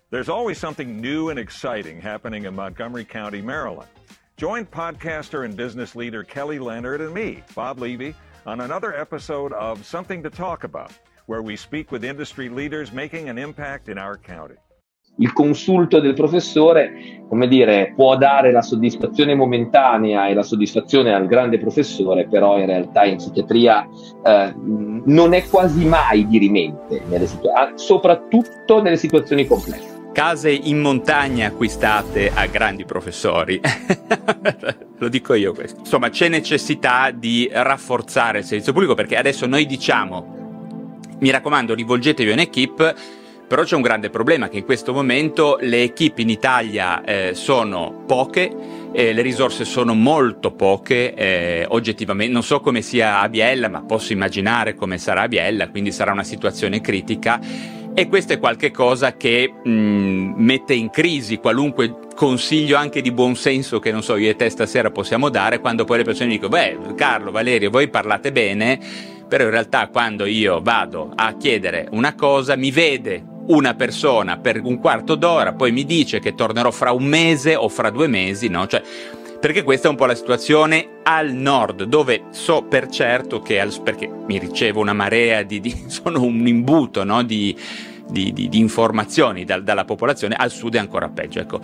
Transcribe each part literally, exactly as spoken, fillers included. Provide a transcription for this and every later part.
There's always something new and exciting happening in Montgomery County, Maryland. Join podcaster and business leader Kelly Leonard and me, Bob Levy, on another episode of Something to Talk About, where we speak with industry leaders making an impact in our county. Il consulto del professore, come dire, può dare la soddisfazione momentanea e la soddisfazione al grande professore, però in realtà in psichiatria eh, non è quasi mai dirimente, nelle situ- soprattutto nelle situazioni complesse. Case in montagna acquistate a grandi professori. Lo dico io questo. Insomma, c'è necessità di rafforzare il servizio pubblico, perché adesso noi diciamo, mi raccomando, rivolgetevi a un'equipe, però c'è un grande problema, che in questo momento le equipe in Italia eh, sono poche, eh, le risorse sono molto poche, eh, oggettivamente. Non so come sia a Biella, ma posso immaginare come sarà a Biella, quindi sarà una situazione critica. E questo è qualche cosa che mh, mette in crisi qualunque consiglio anche di buon senso che, non so, io e te stasera possiamo dare, quando poi le persone dicono: beh, Carlo, Valerio, voi parlate bene, però in realtà quando io vado a chiedere una cosa mi vede una persona per un quarto d'ora, poi mi dice che tornerò fra un mese o fra due mesi, no? Cioè, perché questa è un po' la situazione al nord, dove so per certo che, al, perché mi ricevo una marea di, di sono un imbuto, no? di, di, di, di informazioni dal, dalla popolazione. Al sud è ancora peggio, ecco.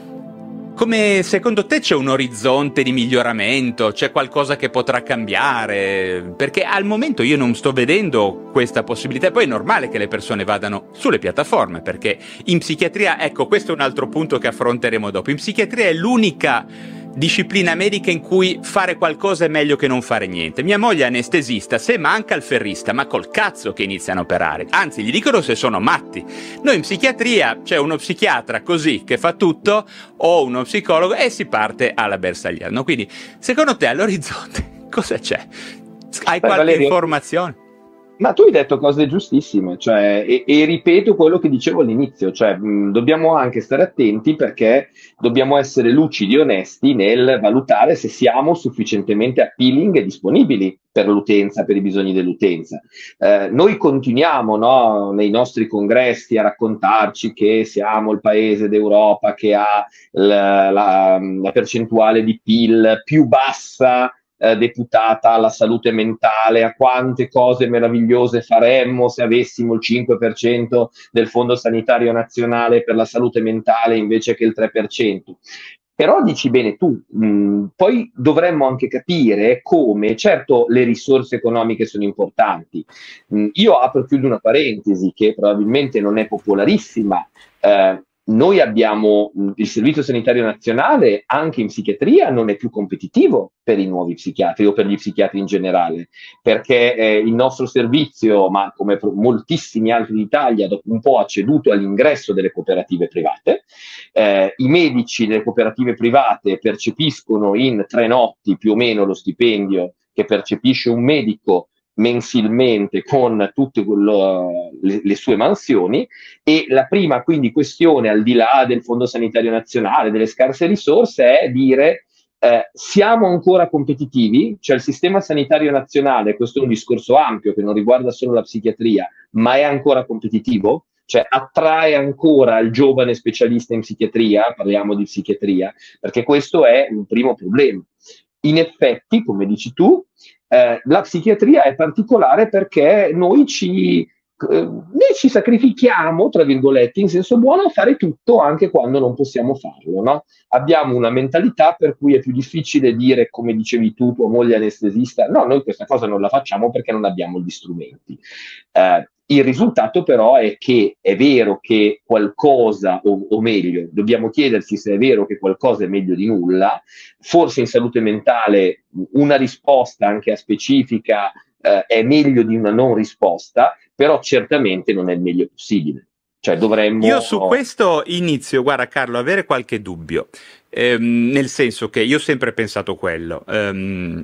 Come secondo te c'è un orizzonte di miglioramento? C'è qualcosa che potrà cambiare? Perché al momento io non sto vedendo questa possibilità. Poi è normale che le persone vadano sulle piattaforme, perché in psichiatria, ecco, questo è un altro punto che affronteremo dopo. In psichiatria è l'unica disciplina medica in cui fare qualcosa è meglio che non fare niente. Mia moglie è anestesista, se manca il ferrista, ma col cazzo che iniziano a operare. Anzi, gli dicono se sono matti. Noi in psichiatria c'è uno psichiatra così che fa tutto, o uno psicologo, e si parte alla bersagliera. No? Quindi, secondo te all'orizzonte cosa c'è? Hai Beh, qualche Valerio, informazione? Ma tu hai detto cose giustissime, cioè, e, e ripeto quello che dicevo all'inizio, cioè mh, dobbiamo anche stare attenti, perché dobbiamo essere lucidi e onesti nel valutare se siamo sufficientemente appealing e disponibili per l'utenza, per i bisogni dell'utenza. Eh, noi continuiamo, no, nei nostri congressi a raccontarci che siamo il paese d'Europa che ha la, la, la percentuale di P I L più bassa Eh, deputata alla salute mentale, a quante cose meravigliose faremmo se avessimo il cinque per cento del Fondo Sanitario Nazionale per la salute mentale invece che il tre per cento. Però dici bene tu, mh, poi dovremmo anche capire come, certo le risorse economiche sono importanti. Mh, io apro e chiudo una parentesi che probabilmente non è popolarissima. Eh, Noi abbiamo il Servizio Sanitario Nazionale, anche in psichiatria, non è più competitivo per i nuovi psichiatri o per gli psichiatri in generale, perché eh, il nostro servizio, ma come moltissimi altri d'Italia, dopo un po' ha ceduto all'ingresso delle cooperative private. Eh, I medici delle cooperative private percepiscono in tre notti più o meno lo stipendio che percepisce un medico mensilmente con tutte quello, le, le sue mansioni. E la prima quindi questione, al di là del Fondo Sanitario Nazionale, delle scarse risorse, è dire eh, siamo ancora competitivi? Cioè il sistema sanitario nazionale, questo è un discorso ampio che non riguarda solo la psichiatria, ma è ancora competitivo? Cioè attrae ancora il giovane specialista in psichiatria, parliamo di psichiatria, perché questo è un primo problema. In effetti, come dici tu, eh, la psichiatria è particolare perché noi ci, eh, noi ci sacrifichiamo, tra virgolette, in senso buono, a fare tutto anche quando non possiamo farlo, no? Abbiamo una mentalità per cui è più difficile dire, come dicevi tu, tua moglie anestesista, no, noi questa cosa non la facciamo perché non abbiamo gli strumenti. Eh, Il risultato però è che è vero che qualcosa, o, o meglio, dobbiamo chiederci se è vero che qualcosa è meglio di nulla. Forse in salute mentale una risposta anche a specifica eh, è meglio di una non risposta, però certamente non è il meglio possibile. Cioè dovremmo... Io su questo inizio, guarda Carlo, avere qualche dubbio, ehm, nel senso che io ho sempre pensato quello. Ehm,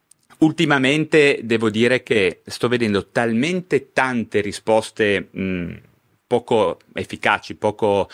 Ultimamente devo dire che sto vedendo talmente tante risposte mh, poco efficaci, poco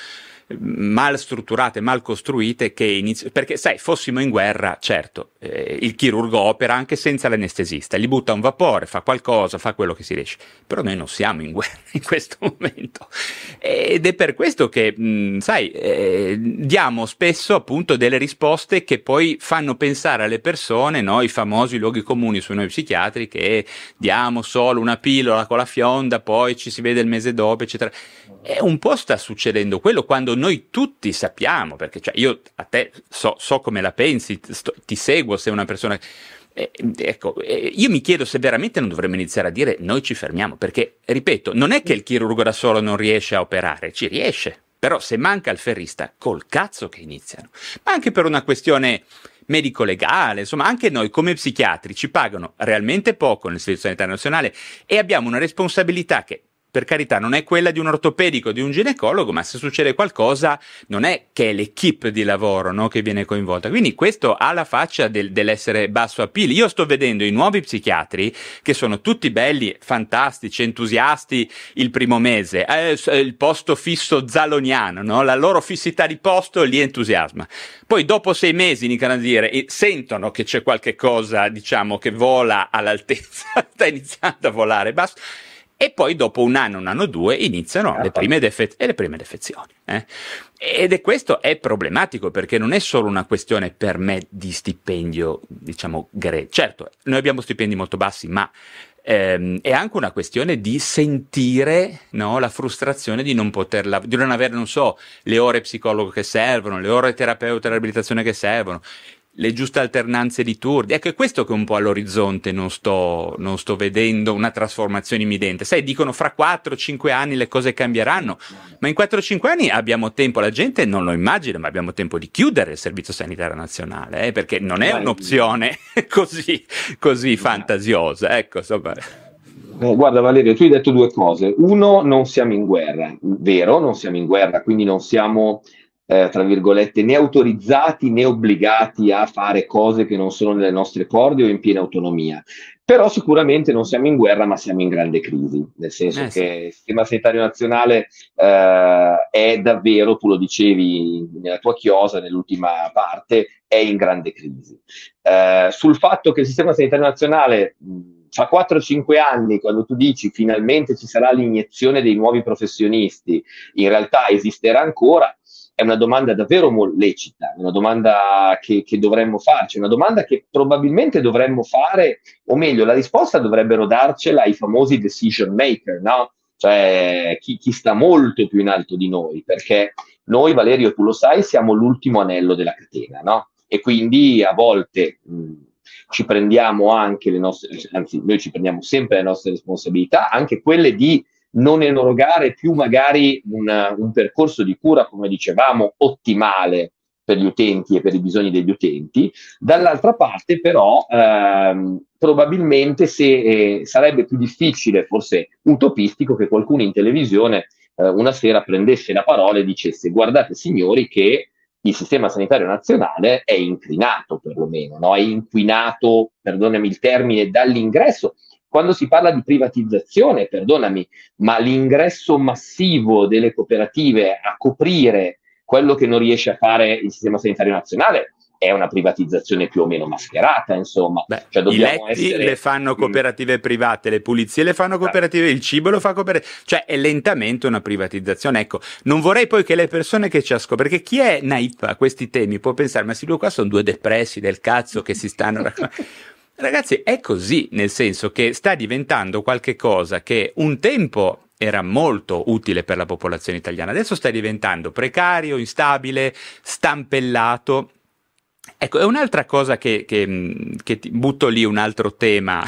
mal strutturate, mal costruite, che inizi- perché sai, fossimo in guerra, certo, eh, il chirurgo opera anche senza l'anestesista, gli butta un vapore, fa qualcosa, fa quello che si riesce, però noi non siamo in guerra in questo momento, ed è per questo che, mh, sai, eh, diamo spesso appunto delle risposte che poi fanno pensare alle persone, no, i famosi luoghi comuni sui noi psichiatri, che diamo solo una pillola con la fionda, poi ci si vede il mese dopo, eccetera. E un po' sta succedendo quello, quando noi tutti sappiamo, perché cioè io a te so, so come la pensi, sto, ti seguo, sei una persona... Eh, ecco, eh, io mi chiedo se veramente non dovremmo iniziare a dire noi ci fermiamo, perché, ripeto, non è che il chirurgo da solo non riesce a operare, ci riesce, però se manca il ferrista, col cazzo che iniziano. Ma anche per una questione medico-legale, insomma, anche noi come psichiatri ci pagano realmente poco nel Servizio Sanitario Nazionale e abbiamo una responsabilità che, per carità, non è quella di un ortopedico, di un ginecologo, ma se succede qualcosa non è che è l'equipe di lavoro, no, che viene coinvolta. Quindi questo ha la faccia del, dell'essere basso appeal. Io sto vedendo i nuovi psichiatri che sono tutti belli, fantastici, entusiasti il primo mese, eh, il posto fisso zaloniano, no? La loro fissità di posto li entusiasma. Poi dopo sei mesi iniziano a dire, e sentono che c'è qualche cosa, diciamo, che vola all'altezza, sta iniziando a volare basso. E poi dopo un anno, un anno o due, iniziano le prime, defe- e le prime defezioni. Eh? Ed è questo è problematico, perché non è solo una questione per me di stipendio, diciamo, grezzo. Certo, noi abbiamo stipendi molto bassi, ma ehm, è anche una questione di sentire, no, la frustrazione di non poterla, di non avere, non so, le ore psicologo che servono, le ore terapeuta e riabilitazione che servono, le giuste alternanze di turni. Ecco, è questo che un po' all'orizzonte non sto, non sto vedendo una trasformazione imminente. Sai, dicono fra quattro cinque anni le cose cambieranno, ma in quattro cinque anni abbiamo tempo, la gente non lo immagina, ma abbiamo tempo di chiudere il Servizio Sanitario Nazionale, eh, perché non è un'opzione così, così fantasiosa. Ecco, insomma. Eh, guarda Valerio, tu hai detto due cose. Uno, non siamo in guerra, vero, non siamo in guerra, quindi non siamo... Eh, tra virgolette, né autorizzati né obbligati a fare cose che non sono nelle nostre corde o in piena autonomia. Però sicuramente non siamo in guerra, ma siamo in grande crisi, nel senso eh, che sì. Il sistema sanitario nazionale eh, è davvero, tu lo dicevi nella tua chiosa, nell'ultima parte, è in grande crisi. Eh, sul fatto che il sistema sanitario nazionale mh, fra quattro cinque anni, quando tu dici finalmente ci sarà l'iniezione dei nuovi professionisti, in realtà esisterà ancora, è una domanda davvero molto lecita, una domanda che, che dovremmo farci, una domanda che probabilmente dovremmo fare, o meglio, la risposta dovrebbero darcela i famosi decision maker, no? Cioè chi, chi sta molto più in alto di noi, perché noi, Valerio, tu lo sai, siamo l'ultimo anello della catena, no? E quindi a volte mh, ci prendiamo anche le nostre, anzi noi ci prendiamo sempre le nostre responsabilità, anche quelle di non erogare più magari un, un percorso di cura, come dicevamo, ottimale per gli utenti e per i bisogni degli utenti. Dall'altra parte però ehm, probabilmente se, eh, sarebbe più difficile, forse utopistico, che qualcuno in televisione eh, una sera prendesse la parola e dicesse: guardate signori che il sistema sanitario nazionale è incrinato, perlomeno, no? È inquinato, perdonami il termine, dall'ingresso. Quando si parla di privatizzazione, perdonami, ma l'ingresso massivo delle cooperative a coprire quello che non riesce a fare il sistema sanitario nazionale è una privatizzazione più o meno mascherata, insomma. Beh, cioè, dobbiamo i letti essere... le fanno cooperative mm. private, le pulizie le fanno cooperative, il cibo lo fa cooperative, cioè è lentamente una privatizzazione. Ecco, non vorrei poi che le persone che ci ascoltano, perché chi è naif a questi temi può pensare: ma questi due qua sono due depressi del cazzo che si stanno raccontando. Ragazzi, è così, nel senso che sta diventando qualche cosa che un tempo era molto utile per la popolazione italiana, adesso sta diventando precario, instabile, stampellato. Ecco, è un'altra cosa che, che, che ti butto lì, un altro tema,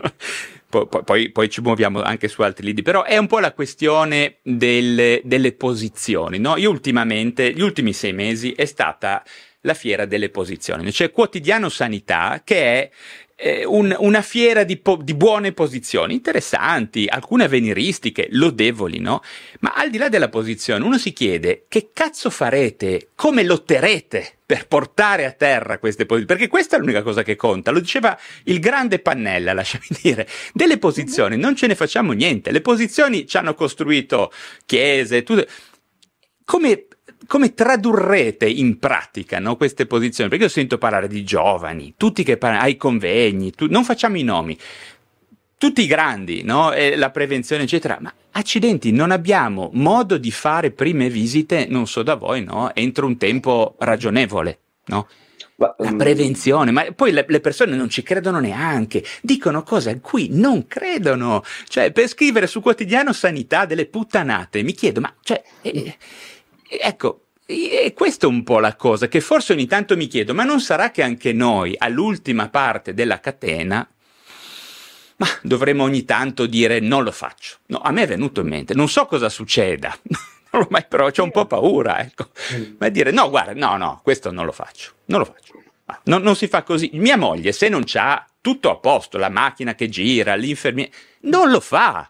poi, poi, poi ci muoviamo anche su altri lidi, però è un po' la questione delle, delle posizioni, no? Io ultimamente, gli ultimi sei mesi, è stata la fiera delle posizioni, cioè Quotidiano Sanità, che è eh, un, una fiera di, po- di buone posizioni, interessanti, alcune avveniristiche, lodevoli, no? Ma al di là della posizione, uno si chiede: che cazzo farete? Come lotterete per portare a terra queste posizioni? Perché questa è l'unica cosa che conta, lo diceva il grande Pannella, lasciami dire. Delle posizioni non ce ne facciamo niente, le posizioni ci hanno costruito chiese, tutto. Come come tradurrete in pratica, no, queste posizioni? Perché io sento parlare di giovani, tutti che parlano ai convegni, tu, non facciamo i nomi, tutti i grandi, no? E la prevenzione, eccetera, ma accidenti, non abbiamo modo di fare prime visite, non so da voi, no? Entro un tempo ragionevole, no? La prevenzione, ma poi le, le persone non ci credono neanche, dicono cose a cui non credono, cioè per scrivere su Quotidiano Sanità delle puttanate, mi chiedo, ma cioè, eh, ecco, e questa è un po' la cosa che forse ogni tanto mi chiedo, ma non sarà che anche noi all'ultima parte della catena ma dovremmo ogni tanto dire non lo faccio? No, a me è venuto in mente, non so cosa succeda, non l'ho mai, però c'ho un po' paura, ecco, ma dire no, guarda, no, no, questo non lo faccio, non lo faccio, ah, non, non si fa così. Mia moglie, se non c'ha tutto a posto, la macchina che gira, l'infermiere, non lo fa.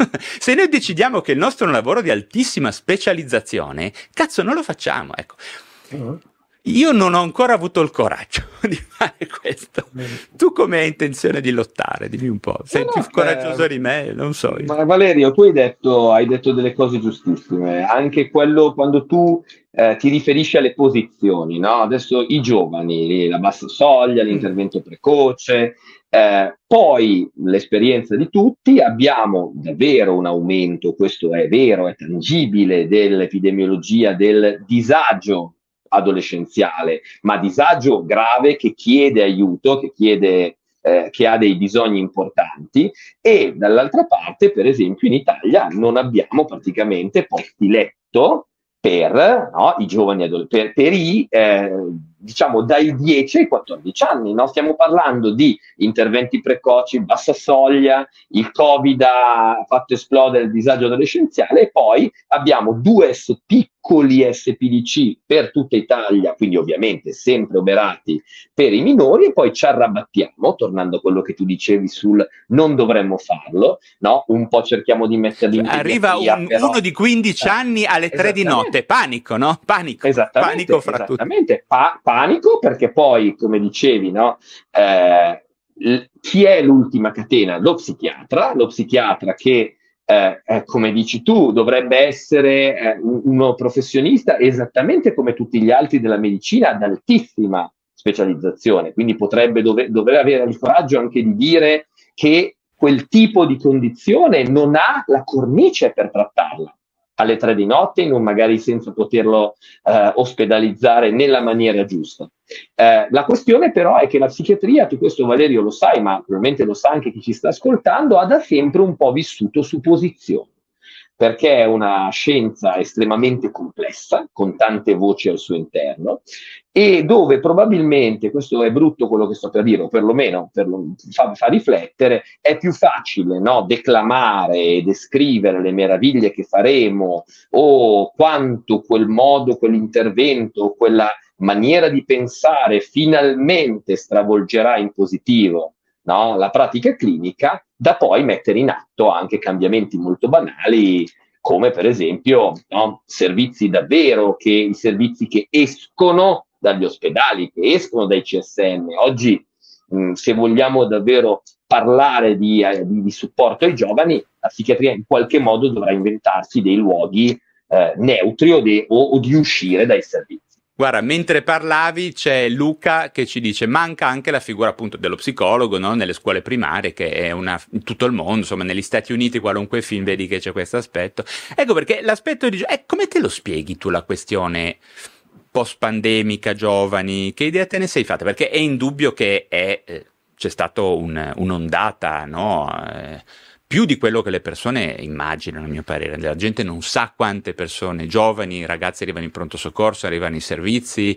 Se noi decidiamo che il nostro è un lavoro di altissima specializzazione, cazzo, non lo facciamo, ecco. Uh-huh. Io non ho ancora avuto il coraggio di fare questo. Tu come hai intenzione di lottare? Dimmi un po'. Sei no, più no, coraggioso eh, di me? Non so. Io. Ma Valerio, tu hai detto, hai detto delle cose giustissime. Anche quello quando tu eh, ti riferisci alle posizioni, no? Adesso i giovani, la bassa soglia, l'intervento precoce, eh, poi l'esperienza di tutti, abbiamo davvero un aumento, questo è vero, è tangibile, dell'epidemiologia del disagio adolescenziale, ma disagio grave che chiede aiuto, che chiede eh, che ha dei bisogni importanti, e dall'altra parte, per esempio, in Italia non abbiamo praticamente posti letto per no, i giovani adolescenti, per, per i eh, diciamo dai dieci ai quattordici anni, no? Stiamo parlando di interventi precoci, bassa soglia, il Covid ha fatto esplodere il disagio adolescenziale, e poi abbiamo due S P piccoli S P D C per tutta Italia, quindi ovviamente sempre oberati per i minori, e poi ci arrabattiamo, tornando a quello che tu dicevi sul non dovremmo farlo, no? Un po' cerchiamo di metterli in arriva un, però... uno di quindici anni alle tre di notte, panico, no? Panico, esattamente, panico fra esattamente. tutti. Pa- panico perché poi, come dicevi, no? Eh, l- chi è l'ultima catena? Lo psichiatra, lo psichiatra che Eh, eh, come dici tu, dovrebbe essere eh, uno professionista esattamente come tutti gli altri della medicina ad altissima specializzazione, quindi potrebbe dover, dover avere il coraggio anche di dire che quel tipo di condizione non ha la cornice per trattarla alle tre di notte, non magari senza poterlo eh, ospedalizzare nella maniera giusta. Eh, la questione però è che la psichiatria, tu questo Valerio lo sai, ma probabilmente lo sa anche chi ci sta ascoltando, ha da sempre un po' vissuto su posizioni, perché è una scienza estremamente complessa, con tante voci al suo interno, e dove probabilmente, questo è brutto quello che sto per dire, o perlomeno per lo, fa, fa riflettere, è più facile, no, declamare e descrivere le meraviglie che faremo, o quanto quel modo, quell'intervento, quella maniera di pensare finalmente stravolgerà in positivo, no, la pratica clinica, da poi mettere in atto anche cambiamenti molto banali, come per esempio no, servizi davvero, che i servizi che escono dagli ospedali, che escono dai C S M. Oggi, mh, se vogliamo davvero parlare di, eh, di, di supporto ai giovani, la psichiatria in qualche modo dovrà inventarsi dei luoghi eh, neutri o, de, o, o di uscire dai servizi. Guarda, mentre parlavi c'è Luca che ci dice manca anche la figura appunto dello psicologo, no? Nelle scuole primarie, che è una in tutto il mondo, insomma negli Stati Uniti qualunque film vedi che c'è questo aspetto. Ecco perché l'aspetto di eh, come te lo spieghi tu la questione post-pandemica, giovani, che idea te ne sei fatta? Perché è indubbio che è, eh, c'è stato un, un'ondata, no? Eh, più di quello che le persone immaginano, a mio parere. La gente non sa quante persone, giovani, ragazzi arrivano in pronto soccorso, arrivano in servizi,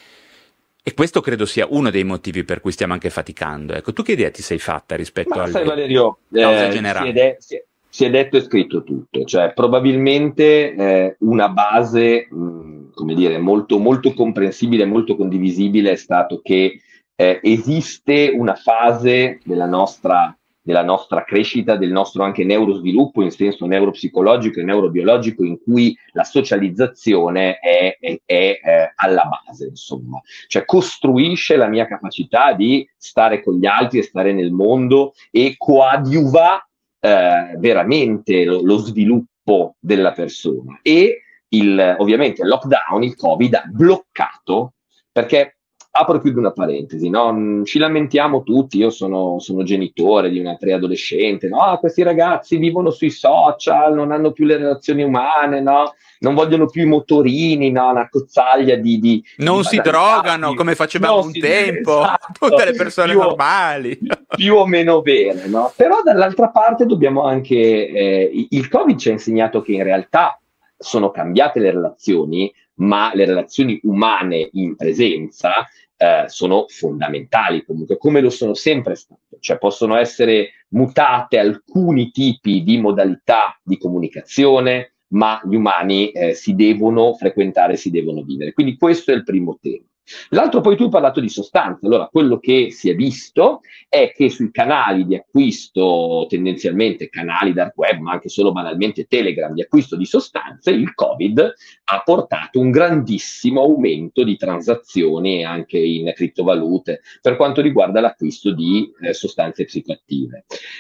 e questo credo sia uno dei motivi per cui stiamo anche faticando. Ecco, tu che idea ti sei fatta rispetto alle Valerio, cause eh, generali? Si è, de- si, è, si è detto e scritto tutto, cioè probabilmente eh, una base, mh, come dire, molto, molto comprensibile, molto condivisibile è stato che eh, esiste una fase della nostra della nostra crescita, del nostro anche neurosviluppo in senso neuropsicologico e neurobiologico, in cui la socializzazione è, è, è eh, alla base, insomma, cioè costruisce la mia capacità di stare con gli altri e stare nel mondo, e coadiuva eh, veramente lo, lo sviluppo della persona. E il, ovviamente il lockdown, il Covid ha bloccato, perché apro e chiudo una parentesi, no? Ci lamentiamo tutti, io sono, sono genitore di una preadolescente, no? Ah, questi ragazzi vivono sui social, non hanno più le relazioni umane, no? Non vogliono più i motorini, no? Una cozzaglia di, di non di si banalità, drogano di- come facevamo non un si- tempo, esatto, tutte le persone più- normali. più o meno vere, no? Però dall'altra parte dobbiamo anche, eh, il Covid ci ha insegnato che in realtà sono cambiate le relazioni, ma le relazioni umane in presenza eh, sono fondamentali comunque, come lo sono sempre state, cioè possono essere mutate alcuni tipi di modalità di comunicazione, ma gli umani eh, si devono frequentare, si devono vivere. Quindi questo è il primo tema. L'altro, poi tu hai parlato di sostanza. Allora, quello che si è visto è che sui canali di acquisto, tendenzialmente canali dark web, ma anche solo banalmente Telegram di acquisto di sostanze, il Covid ha portato un grandissimo aumento di transazioni anche in criptovalute per quanto riguarda l'acquisto di eh, sostanze psicoattive.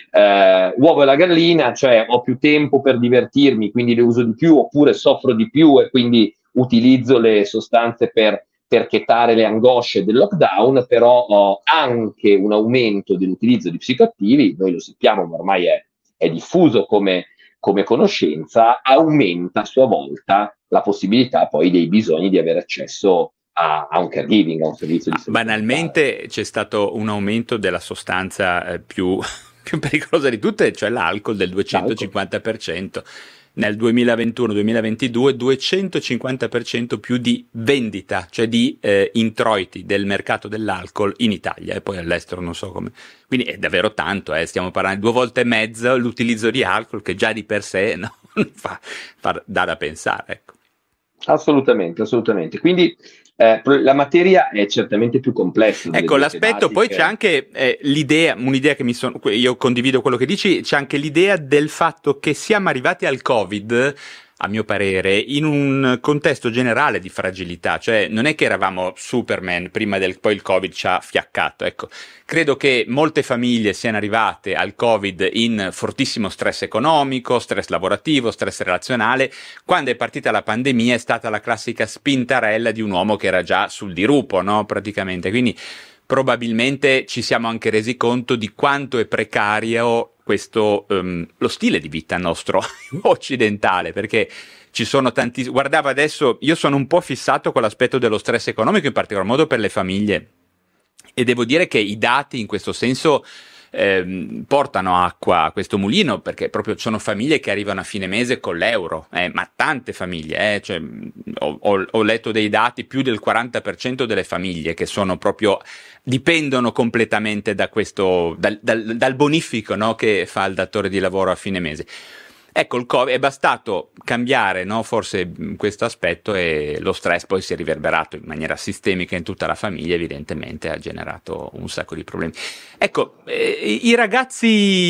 Eh, uovo e la gallina, cioè ho più tempo per divertirmi, quindi le uso di più, oppure soffro di più e quindi utilizzo le sostanze per per chetare le angosce del lockdown, però ho anche un aumento dell'utilizzo di psicoattivi, noi lo sappiamo, ma ormai è, è diffuso come, come conoscenza, aumenta a sua volta la possibilità poi dei bisogni di avere accesso a, a un caregiving, a un servizio di salute. Banalmente c'è stato un aumento della sostanza eh, più, più pericolosa di tutte, cioè l'alcol del duecentocinquanta per cento. Nel duemilaventuno duemilaventidue duecentocinquanta per cento più di vendita, cioè di eh, introiti del mercato dell'alcol in Italia, e poi all'estero non so come. Quindi è davvero tanto, eh. Stiamo parlando di due volte e mezzo l'utilizzo di alcol, che già di per sé no, fa, fa dà da pensare, ecco. Assolutamente, assolutamente. Quindi eh, la materia è certamente più complessa. Ecco, l'aspetto, poi c'è anche eh, l'idea, un'idea che mi sono, io condivido quello che dici, c'è anche l'idea del fatto che siamo arrivati al Covid, a mio parere, in un contesto generale di fragilità, cioè non è che eravamo Superman prima del, poi il Covid ci ha fiaccato, ecco. Credo che molte famiglie siano arrivate al Covid in fortissimo stress economico, stress lavorativo, stress relazionale. Quando è partita la pandemia è stata la classica spintarella di un uomo che era già sul dirupo, no? Praticamente. Quindi probabilmente ci siamo anche resi conto di quanto è precario questo um, lo stile di vita nostro occidentale, perché ci sono tanti. Guardavo adesso, io sono un po' fissato con l'aspetto dello stress economico, in particolar modo per le famiglie, e devo dire che i dati in questo senso eh, portano acqua a questo mulino, perché proprio ci sono famiglie che arrivano a fine mese con l'euro, eh, ma tante famiglie, eh, cioè, ho, ho, ho letto dei dati, più del quaranta per cento delle famiglie che sono proprio dipendono completamente da questo, dal, dal, dal bonifico, no, che fa il datore di lavoro a fine mese. Ecco, il Covid è bastato cambiare, no, forse questo aspetto, e lo stress poi si è riverberato in maniera sistemica in tutta la famiglia, evidentemente ha generato un sacco di problemi. Ecco, eh, i ragazzi,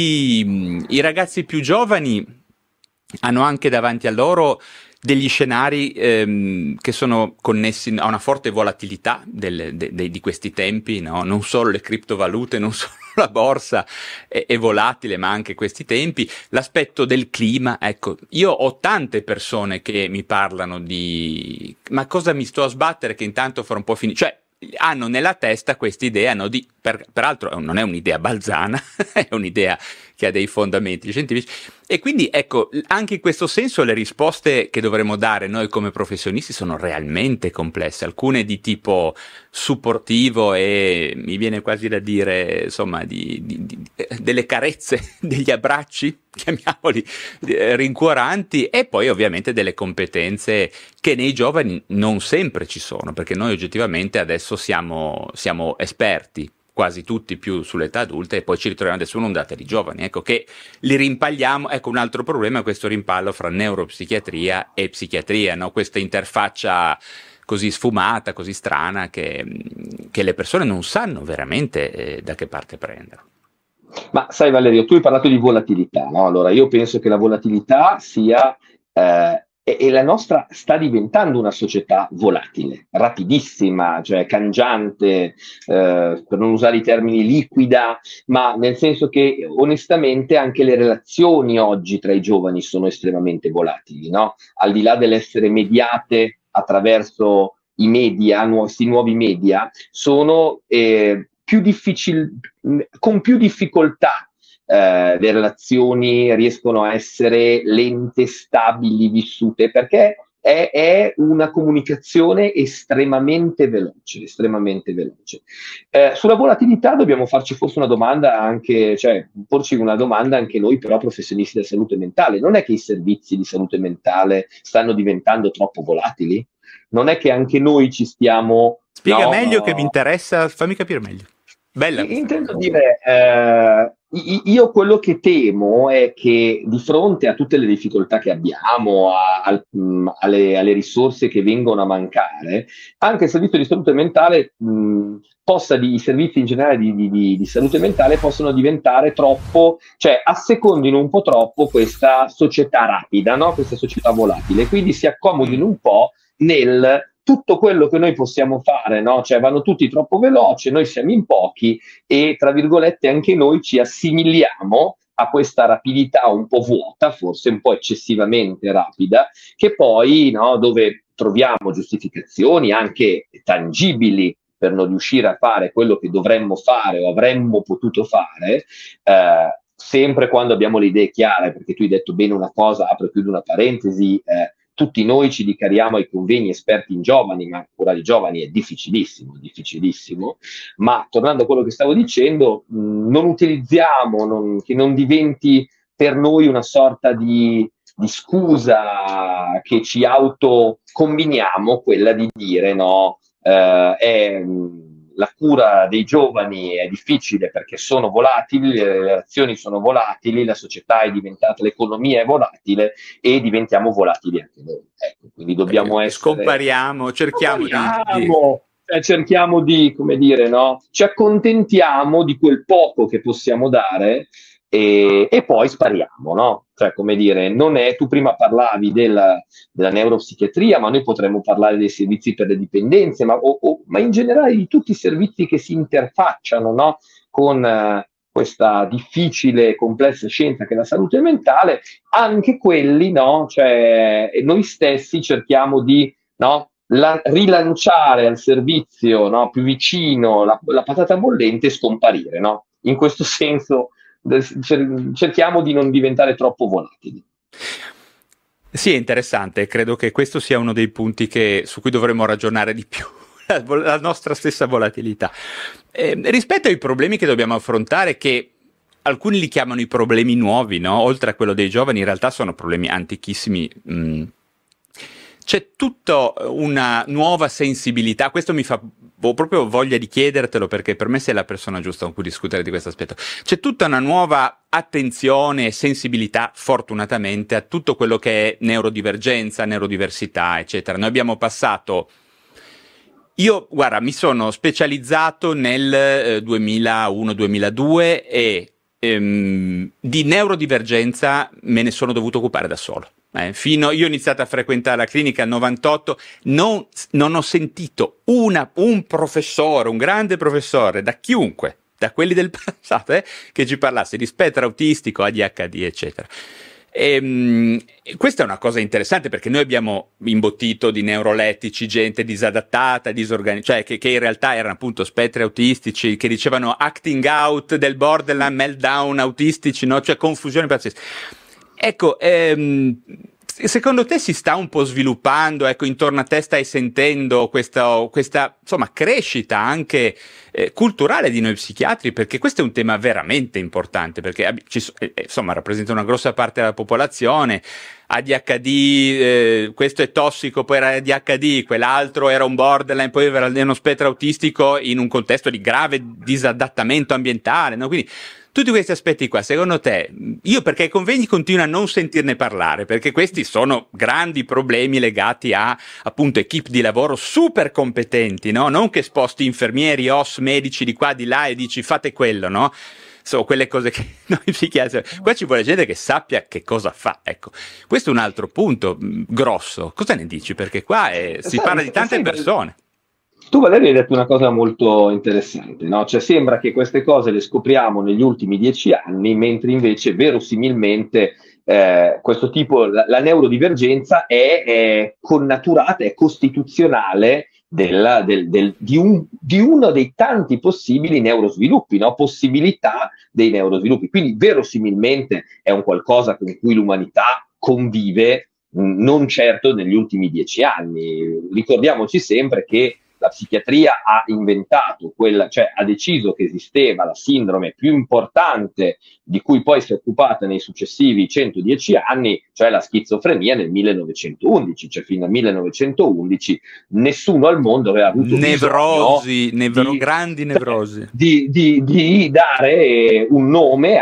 i ragazzi più giovani hanno anche davanti a loro degli scenari ehm, che sono connessi a una forte volatilità del, de, de, di questi tempi, no? Non solo le criptovalute, non solo la borsa è, è volatile, ma anche questi tempi, l'aspetto del clima. Ecco, io ho tante persone che mi parlano di ma cosa mi sto a sbattere che intanto farà un po' finire, cioè hanno nella testa questa idea, no, di, per, peraltro non è un'idea balzana, è un'idea che ha dei fondamenti scientifici, e quindi ecco, anche in questo senso le risposte che dovremmo dare noi come professionisti sono realmente complesse, alcune di tipo supportivo e mi viene quasi da dire, insomma, di, di, di, delle carezze, degli abbracci, chiamiamoli, eh, rincuoranti, e poi ovviamente delle competenze che nei giovani non sempre ci sono, perché noi oggettivamente adesso siamo, siamo esperti, quasi tutti più sull'età adulta, e poi ci ritroviamo adesso un'ondata di giovani, ecco, che li rimpagliamo. Ecco, un altro problema è questo rimpallo fra neuropsichiatria e psichiatria, no? Questa interfaccia così sfumata, così strana, che, che le persone non sanno veramente eh, da che parte prendere. Ma sai Valerio, tu hai parlato di volatilità, no? Allora io penso che la volatilità sia eh, e, e la nostra sta diventando una società volatile, rapidissima, cioè cangiante, eh, per non usare i termini liquida, ma nel senso che onestamente anche le relazioni oggi tra i giovani sono estremamente volatili, no? Al di là dell'essere mediate attraverso i media, nu- questi nuovi media, sono eh, più difficili, con più difficoltà. Eh, le relazioni riescono a essere lente, stabili, vissute, perché è, è una comunicazione estremamente veloce, estremamente veloce. Eh, sulla volatilità dobbiamo farci forse una domanda anche, cioè porci una domanda anche noi però professionisti della salute mentale. Non è che i servizi di salute mentale stanno diventando troppo volatili? Non è che anche noi ci stiamo... Spiega no, meglio che mi interessa, fammi capire meglio. Bella. Intendo dire, eh, io quello che temo è che di fronte a tutte le difficoltà che abbiamo, a, a, alle, alle risorse che vengono a mancare, anche il servizio di salute mentale, mh, possa, di, i servizi in generale di, di, di salute mentale possono diventare troppo, cioè assecondino un po' troppo questa società rapida, no? Questa società volatile, quindi si accomodino un po' nel... tutto quello che noi possiamo fare, no? Cioè vanno tutti troppo veloci, noi siamo in pochi e, tra virgolette, anche noi ci assimiliamo a questa rapidità un po' vuota, forse un po' eccessivamente rapida, che poi, no, dove troviamo giustificazioni anche tangibili per non riuscire a fare quello che dovremmo fare o avremmo potuto fare, eh, sempre quando abbiamo le idee chiare, perché tu hai detto bene una cosa, apro e chiudo una parentesi, eh, tutti noi ci dichiariamo ai convegni esperti in giovani, ma curare i giovani è difficilissimo, difficilissimo. Ma tornando a quello che stavo dicendo, mh, non utilizziamo, non, che non diventi per noi una sorta di, di scusa che ci autocombiniamo, quella di dire no, eh, è... la cura dei giovani è difficile perché sono volatili, le relazioni sono volatili, la società è diventata, l'economia è volatile e diventiamo volatili anche noi. Ecco, quindi dobbiamo eh, essere... Scompariamo, cerchiamo scompariamo, di... eh, cerchiamo di, come dire, no? Ci accontentiamo di quel poco che possiamo dare e, e poi spariamo, no? Cioè, come dire, non è, tu prima parlavi della, della neuropsichiatria, ma noi potremmo parlare dei servizi per le dipendenze, ma, o, o, ma in generale di tutti i servizi che si interfacciano, no? Con eh, questa difficile e complessa scienza che è la salute mentale, anche quelli, no? Cioè, noi stessi cerchiamo di, no? La, rilanciare al servizio, no? Più vicino la, la patata bollente e scomparire, no? In questo senso cerchiamo di non diventare troppo volatili. Sì, è interessante, credo che questo sia uno dei punti che, su cui dovremmo ragionare di più, la, la nostra stessa volatilità. Eh, rispetto ai problemi che dobbiamo affrontare, che alcuni li chiamano i problemi nuovi, no? Oltre a quello dei giovani, in realtà sono problemi antichissimi. Mh. C'è tutta una nuova sensibilità, questo mi fa ho proprio voglia di chiedertelo perché per me sei la persona giusta con cui discutere di questo aspetto. C'è tutta una nuova attenzione e sensibilità, fortunatamente, a tutto quello che è neurodivergenza, neurodiversità, eccetera. Noi abbiamo passato... Io, guarda, mi sono specializzato nel eh, duemilauno duemiladue e ehm, di neurodivergenza me ne sono dovuto occupare da solo. Eh, fino io ho iniziato a frequentare la clinica nel novantotto, non, non ho sentito una, un professore, un grande professore, da chiunque, da quelli del passato, eh, che ci parlasse di spettro autistico, A D H D, eccetera. E, mh, questa è una cosa interessante perché noi abbiamo imbottito di neurolettici gente disadattata, disorganizzata, cioè che, che in realtà erano appunto spettri autistici, che dicevano acting out del borderline, meltdown autistici, no? Cioè confusione pazzesca. Ecco, ehm, secondo te si sta un po' sviluppando, ecco, intorno a te stai sentendo questa, questa insomma, crescita anche eh, culturale di noi psichiatri, perché questo è un tema veramente importante, perché ci, eh, insomma, rappresenta una grossa parte della popolazione. A D H D, eh, questo è tossico, poi era A D H D, quell'altro era un borderline, poi era uno spettro autistico in un contesto di grave disadattamento ambientale, no? Quindi tutti questi aspetti qua, secondo te, io perché ai convegni continuo a non sentirne parlare, perché questi sono grandi problemi legati a, appunto, equip di lavoro super competenti, no? Non che sposti infermieri, O S, medici di qua, di là e dici fate quello, no? sono quelle cose che noi psichiatri, qua ci vuole gente che sappia che cosa fa, ecco, questo è un altro punto mh, grosso. Cosa ne dici? Perché qua è, si parla di tante persone. Tu, Valerio, hai detto una cosa molto interessante, no? Cioè sembra che queste cose le scopriamo negli ultimi dieci anni, mentre invece verosimilmente eh, questo tipo, la, la neurodivergenza è, è connaturata, è costituzionale della, del, del, di, un, di uno dei tanti possibili neurosviluppi, no? Possibilità dei neurosviluppi. Quindi verosimilmente è un qualcosa con cui l'umanità convive, mh, non certo negli ultimi dieci anni. Ricordiamoci sempre che la psichiatria ha inventato quella, cioè ha deciso che esisteva la sindrome più importante di cui poi si è occupata nei successivi centodieci anni, cioè la schizofrenia nel millenovecentoundici, cioè fino al millenovecentoundici nessuno al mondo aveva avuto nevrosi, nevro- di, grandi nevrosi di, di, di dare un nome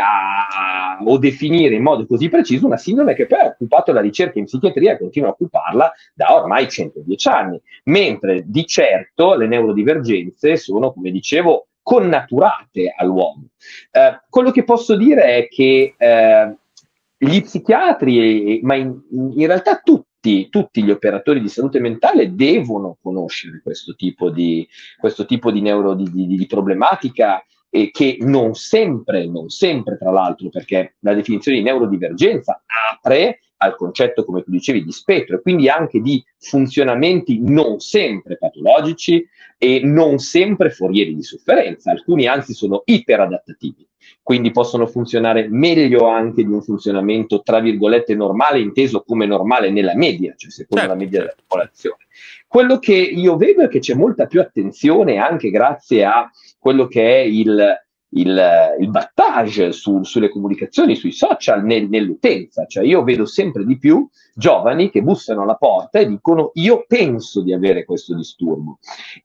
a, o definire in modo così preciso una sindrome che poi ha occupato la ricerca in psichiatria e continua a occuparla da ormai centodieci anni, mentre di certo le neurodivergenze sono, come dicevo, connaturate all'uomo. Eh, quello che posso dire è che eh, gli psichiatri, ma in, in realtà tutti, tutti gli operatori di salute mentale devono conoscere questo tipo di, questo tipo di, neuro, di, di, di problematica, e che non sempre, non sempre tra l'altro, perché la definizione di neurodivergenza apre al concetto, come tu dicevi, di spettro e quindi anche di funzionamenti non sempre patologici e non sempre forieri di sofferenza. Alcuni anzi sono iperadattativi, quindi possono funzionare meglio anche di un funzionamento tra virgolette normale, inteso come normale nella media, cioè secondo certo, la media certo. della popolazione. Quello che io vedo è che c'è molta più attenzione, anche grazie a quello che è il Il, il battage su, sulle comunicazioni, sui social, nel, nell'utenza. Cioè io vedo sempre di più giovani che bussano alla porta e dicono io penso di avere questo disturbo.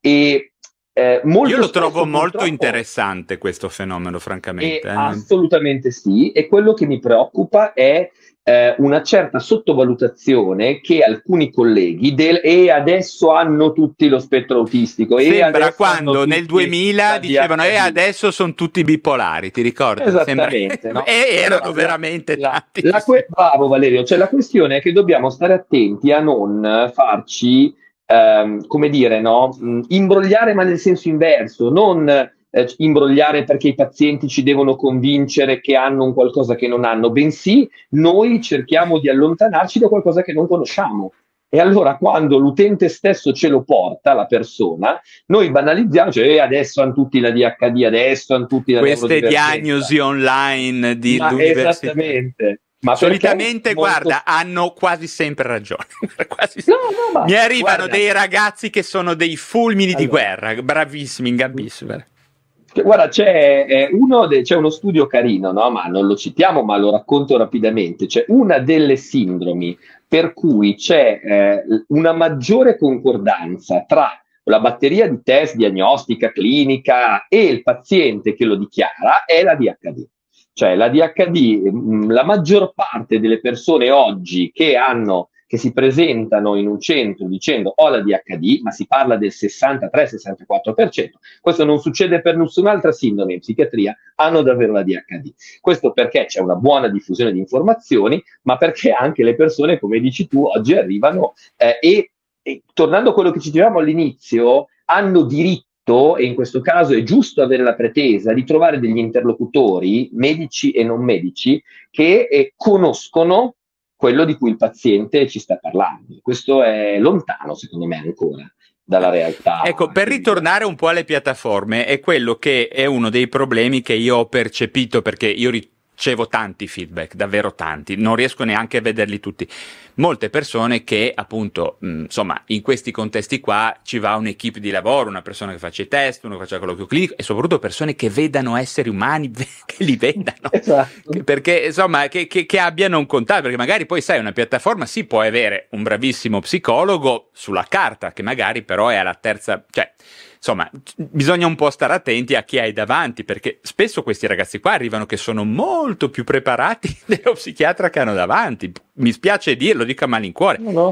E eh, molto io lo trovo spesso, molto interessante questo fenomeno, francamente. Eh, eh. Assolutamente sì, e quello che mi preoccupa è eh, una certa sottovalutazione che alcuni colleghi del e adesso hanno tutti lo spettro autistico. Sembra e quando nel duemila dicevano e adesso sono tutti bipolari, ti ricordi? Esattamente. Sembra... No? e erano allora, veramente la, tanti. La, la, bravo Valerio, cioè la questione è che dobbiamo stare attenti a non farci, ehm, come dire, no? imbrogliare ma nel senso inverso, non... Eh, imbrogliare perché i pazienti ci devono convincere che hanno un qualcosa che non hanno, bensì noi cerchiamo di allontanarci da qualcosa che non conosciamo. E allora quando l'utente stesso ce lo porta, la persona, noi banalizziamo, cioè eh, adesso hanno tutti la D H D, adesso hanno tutti la queste diagnosi online di Ma esattamente. Ma solitamente, guarda, molto... hanno quasi sempre ragione. quasi no, no, ma, Mi arrivano guarda, dei ragazzi che sono dei fulmini allora. di guerra, bravissimi, ingambissimi. Guarda, c'è, eh, uno de- c'è uno studio carino, no? Ma non lo citiamo, ma lo racconto rapidamente. C'è una delle sindromi per cui c'è eh, una maggiore concordanza tra la batteria di test diagnostica clinica e il paziente che lo dichiara è la D H D. Cioè la D H D, mh, la maggior parte delle persone oggi che hanno che si presentano in un centro dicendo ho la D H D, ma si parla del sessantatré sessantaquattro per cento. Questo non succede per nessun'altra sindrome in psichiatria, hanno davvero la D H D. Questo perché c'è una buona diffusione di informazioni, ma perché anche le persone, come dici tu, oggi arrivano eh, e, e, tornando a quello che ci dicevamo all'inizio, hanno diritto, e in questo caso è giusto avere la pretesa, di trovare degli interlocutori, medici e non medici, che eh, conoscono quello di cui il paziente ci sta parlando. Questo è lontano, secondo me, ancora dalla realtà. Ecco, per ritornare un po' alle piattaforme, è quello che è uno dei problemi che io ho percepito, perché io ricevo tanti feedback, davvero tanti, non riesco neanche a vederli tutti. Molte persone che appunto, mh, insomma, in questi contesti qua ci va un'equipe di lavoro, una persona che faccia i test, uno che faccia il colloquio clinico e soprattutto persone che vedano esseri umani, che li vedano, esatto. Perché insomma che, che, che abbiano un contatto, perché magari poi sai una piattaforma sì può avere un bravissimo psicologo sulla carta, che magari però è alla terza, cioè insomma, bisogna un po' stare attenti a chi hai davanti, perché spesso questi ragazzi qua arrivano che sono molto più preparati dello psichiatra che hanno davanti. Mi spiace dirlo, dico a malincuore. No, no.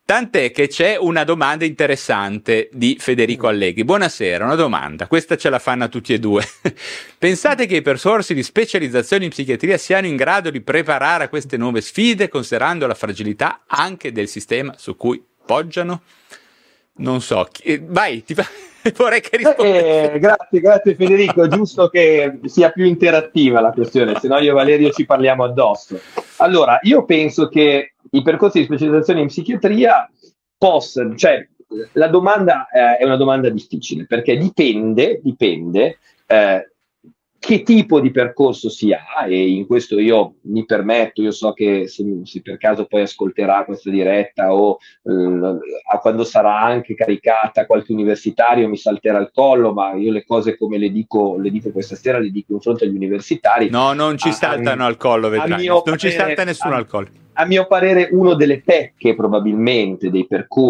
Tant'è che c'è una domanda interessante di Federico Allegri. Buonasera, una domanda, questa ce la fanno a tutti e due. Pensate che i percorsi di specializzazione in psichiatria siano in grado di preparare a queste nuove sfide, considerando la fragilità anche del sistema su cui poggiano? Non so, chi... vai, ti fa... vorrei che rispondi. Eh, grazie, grazie Federico, è giusto che sia più interattiva la questione, se no io e Valerio ci parliamo addosso. Allora, io penso che i percorsi di specializzazione in psichiatria possano, cioè la domanda eh, è una domanda difficile, perché dipende, dipende eh, che tipo di percorso si ha, e in questo io mi permetto, io so che se, se per caso poi ascolterà questa diretta o eh, quando sarà anche caricata qualche universitario mi salterà il collo, ma io le cose come le dico, le dico questa sera, le dico in fronte agli universitari. No, non ci saltano a, al collo, vedrai, non parere, ci salta nessuno a, al collo. A mio parere uno delle pecche probabilmente dei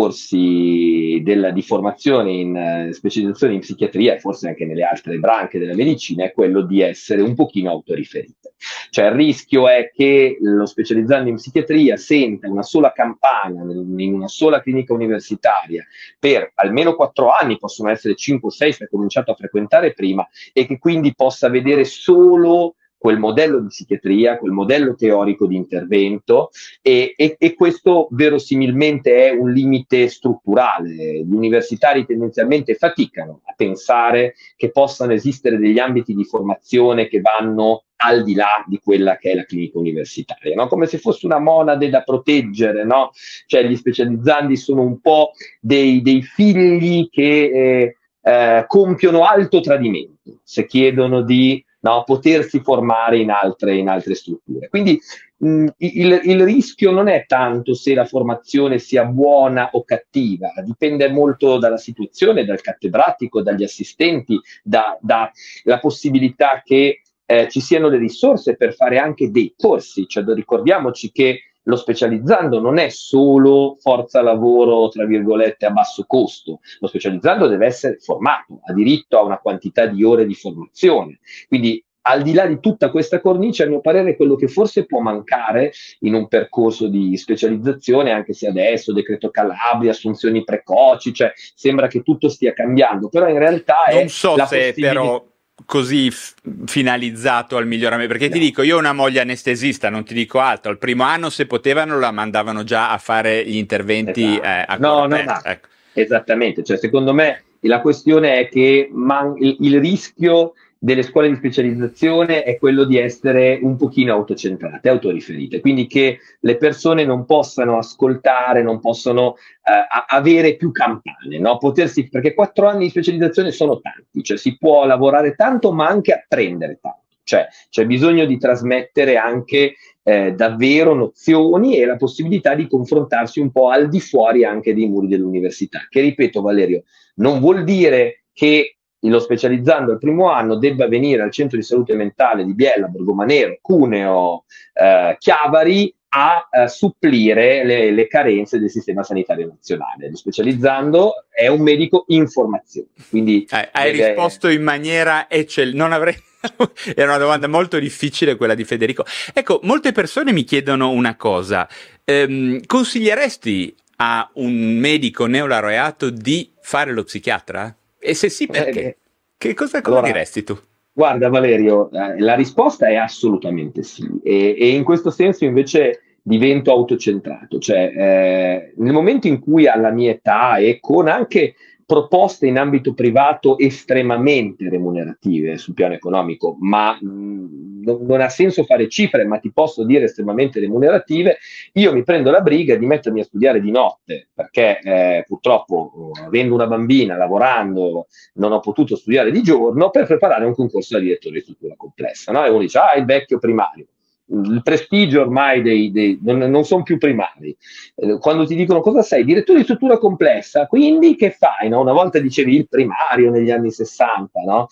percorsi della, di formazione in uh, specializzazione in psichiatria e forse anche nelle altre branche della medicina è quello di essere un pochino autoriferite. Cioè il rischio è che lo specializzando in psichiatria senta una sola campagna in una sola clinica universitaria per almeno quattro anni, possono essere cinque o sei se ha cominciato a frequentare prima, e che quindi possa vedere solo quel modello di psichiatria, quel modello teorico di intervento e, e, e questo verosimilmente è un limite strutturale. Gli universitari tendenzialmente faticano a pensare che possano esistere degli ambiti di formazione che vanno al di là di quella che è la clinica universitaria, no? Come se fosse una monade da proteggere, no? Cioè gli specializzandi sono un po' dei, dei figli che eh, eh, compiono alto tradimento se chiedono di No, potersi formare in altre, in altre strutture. Quindi mh, il, il rischio non è tanto se la formazione sia buona o cattiva, dipende molto dalla situazione, dal cattedratico, dagli assistenti, da, da la possibilità che eh, ci siano le risorse per fare anche dei corsi. Cioè, ricordiamoci che lo specializzando non è solo forza lavoro, tra virgolette, a basso costo. Lo specializzando deve essere formato, ha diritto a una quantità di ore di formazione. Quindi, al di là di tutta questa cornice, a mio parere, quello che forse può mancare in un percorso di specializzazione, anche se adesso decreto Calabria, assunzioni precoci, cioè sembra che tutto stia cambiando, però in realtà è non so la se possibilità... però così f- finalizzato al miglioramento, perché no. Ti dico, io ho una moglie anestesista, non ti dico altro, al primo anno se potevano la mandavano già a fare gli interventi esatto. eh, a no, no, no, ecco. Esattamente, cioè secondo me la questione è che man- il, il rischio delle scuole di specializzazione è quello di essere un pochino autocentrate, autoriferite, quindi che le persone non possano ascoltare, non possono eh, a- avere più campane, no? Potersi, perché quattro anni di specializzazione sono tanti, cioè si può lavorare tanto ma anche apprendere tanto, cioè c'è bisogno di trasmettere anche eh, davvero nozioni e la possibilità di confrontarsi un po' al di fuori anche dei muri dell'università, che ripeto Valerio, non vuol dire che lo specializzando al primo anno debba venire al centro di salute mentale di Biella, Borgomanero, Cuneo, eh, Chiavari a eh, supplire le, le carenze del sistema sanitario nazionale. Lo specializzando è un medico in formazione. Quindi eh, hai deve... risposto in maniera eccellente, non avrei... Era una domanda molto difficile quella di Federico. Ecco, molte persone mi chiedono una cosa, ehm, consiglieresti a un medico neolaureato di fare lo psichiatra? E se sì, perché? Eh, che cosa, cosa allora, diresti tu? Guarda Valerio, eh, la risposta è assolutamente sì, e, e in questo senso invece divento autocentrato, cioè eh, nel momento in cui alla mia età e con anche proposte in ambito privato estremamente remunerative sul piano economico, ma mh, non, non ha senso fare cifre, ma ti posso dire estremamente remunerative, io mi prendo la briga di mettermi a studiare di notte, perché eh, purtroppo avendo una bambina, lavorando, non ho potuto studiare di giorno per preparare un concorso da direttore di struttura complessa, no? E uno dice, ah, il vecchio primario. Il prestigio ormai dei, dei non, non sono più primari. Eh, quando ti dicono cosa sei, direttore di struttura complessa, quindi che fai? No? Una volta dicevi il primario negli anni sessanta, no?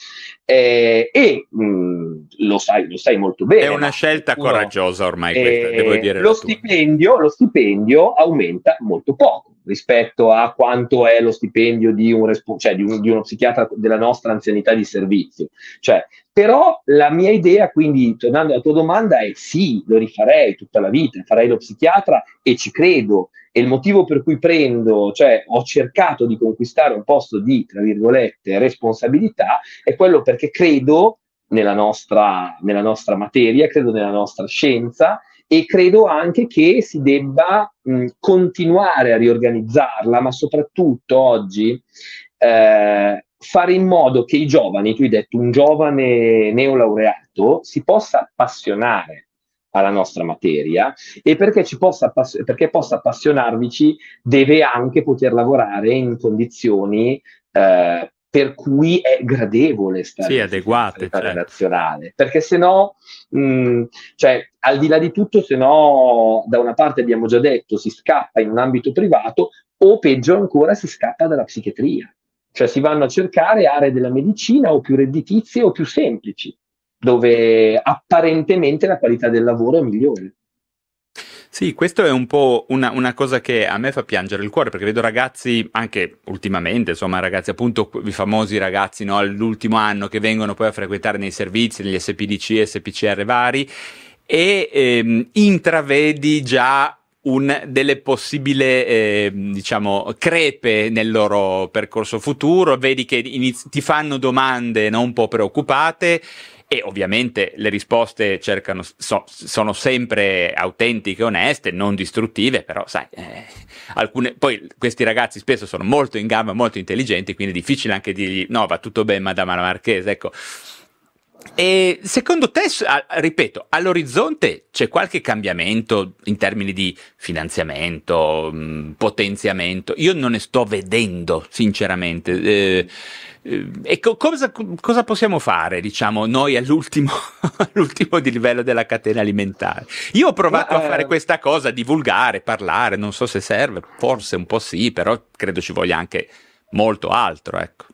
Eh, e mh, lo sai, lo sai molto bene. È una scelta uno, coraggiosa ormai questa, eh, devo dire. Lo stipendio, lo stipendio aumenta molto poco. rispetto a quanto è lo stipendio di, un respo- cioè di, un, di uno psichiatra della nostra anzianità di servizio. Cioè, però la mia idea, quindi tornando alla tua domanda, è sì, lo rifarei tutta la vita, farei lo psichiatra e ci credo. E il motivo per cui prendo, cioè ho cercato di conquistare un posto di, tra virgolette, responsabilità, è quello perché credo nella nostra, nella nostra materia, credo nella nostra scienza e credo anche che si debba mh, continuare a riorganizzarla, ma soprattutto oggi eh, fare in modo che i giovani, tu hai detto un giovane neolaureato, si possa appassionare alla nostra materia e perché, ci possa, appass- perché possa appassionarvici deve anche poter lavorare in condizioni eh, per cui è gradevole stare sì, in adeguate, sanitaria certo. nazionale, perché se no, mh, cioè, al di là di tutto, se no, da una parte abbiamo già detto, si scappa in un ambito privato o peggio ancora si scappa dalla psichiatria, cioè si vanno a cercare aree della medicina o più redditizie o più semplici, dove apparentemente la qualità del lavoro è migliore. Sì, questo è un po' una, una cosa che a me fa piangere il cuore, perché vedo ragazzi, anche ultimamente, insomma, ragazzi, appunto, i famosi ragazzi, no, all'ultimo anno che vengono poi a frequentare nei servizi, negli S P D C, S P C R vari, e ehm, intravedi già un, delle possibili, eh, diciamo, crepe nel loro percorso futuro, vedi che inizi, ti fanno domande, no, un po' preoccupate. E ovviamente le risposte cercano, so, sono sempre autentiche, oneste, non distruttive, però sai, eh, alcune, poi questi ragazzi spesso sono molto in gamba, molto intelligenti, quindi è difficile anche dirgli no, va tutto bene, madama la Marchese, ecco. E secondo te, ripeto, all'orizzonte c'è qualche cambiamento in termini di finanziamento, mh, potenziamento? Io non ne sto vedendo, sinceramente. Eh, E co- cosa, cosa possiamo fare, diciamo, noi all'ultimo, all'ultimo di livello della catena alimentare? Io ho provato Ma, a fare eh, questa cosa, divulgare, parlare, non so se serve, forse un po' sì, però credo ci voglia anche molto altro, ecco.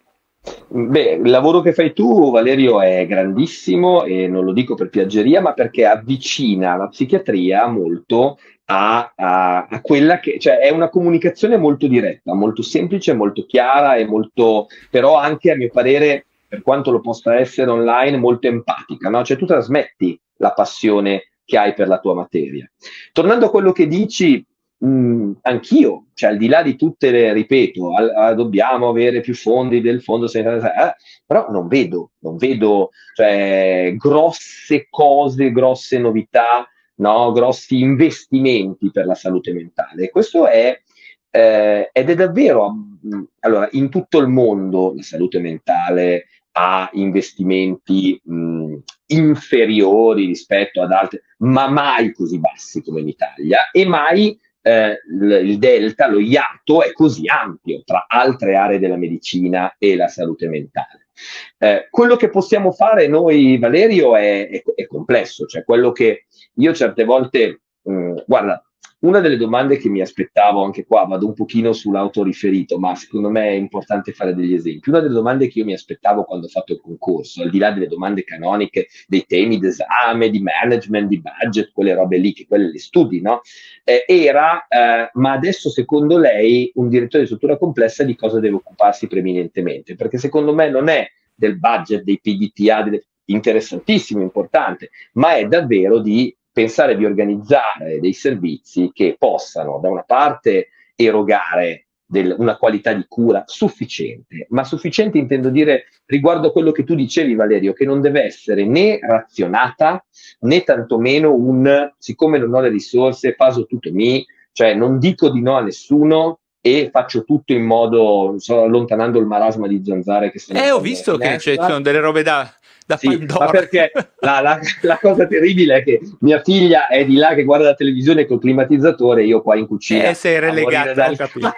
Beh, il lavoro che fai tu, Valerio, è grandissimo e non lo dico per piaggeria, ma perché avvicina la psichiatria molto a, a- a quella che, cioè è una comunicazione molto diretta, molto semplice, molto chiara e molto, però anche a mio parere, per quanto lo possa essere online, molto empatica, no? Cioè tu trasmetti la passione che hai per la tua materia. Tornando a quello che dici, mh, anch'io, cioè al di là di tutte le, ripeto, al- a- dobbiamo avere più fondi del fondo sanitario, eh, però non vedo, non vedo cioè, grosse cose, grosse novità, no? Grossi investimenti per la salute mentale. Questo è, eh, ed è davvero, mh, allora, in tutto il mondo la salute mentale ha investimenti mh, inferiori rispetto ad altre, ma mai così bassi come in Italia e mai eh, il delta, lo iato è così ampio tra altre aree della medicina e la salute mentale. Eh, quello che possiamo fare noi, Valerio, è, è, è complesso, cioè quello che io certe volte, mh, guarda, una delle domande che mi aspettavo anche qua, vado un pochino sull'autoriferito, ma secondo me è importante fare degli esempi. Una delle domande che io mi aspettavo quando ho fatto il concorso, al di là delle domande canoniche, dei temi d'esame, di management, di budget, quelle robe lì, che quelle le studi, no? Eh, era, eh, ma adesso secondo lei un direttore di struttura complessa di cosa deve occuparsi preminentemente? Perché secondo me non è del budget, dei P D T A, delle, interessantissimo, importante, ma è davvero di pensare di organizzare dei servizi che possano da una parte erogare del, una qualità di cura sufficiente, ma sufficiente intendo dire riguardo a quello che tu dicevi Valerio, che non deve essere né razionata né tantomeno un siccome non ho le risorse faccio tutto mi, cioè non dico di no a nessuno e faccio tutto in modo, sto allontanando il marasma di zanzare che stanno Eh, ho fuori dalla visto che c'è- ci finestra. sono delle robe da, da Sì, ma Pandora. perché la, la- la cosa terribile è che mia figlia è di là che guarda la televisione col climatizzatore e io qua in cucina Eh, sei a morire relegata, ho dal capito.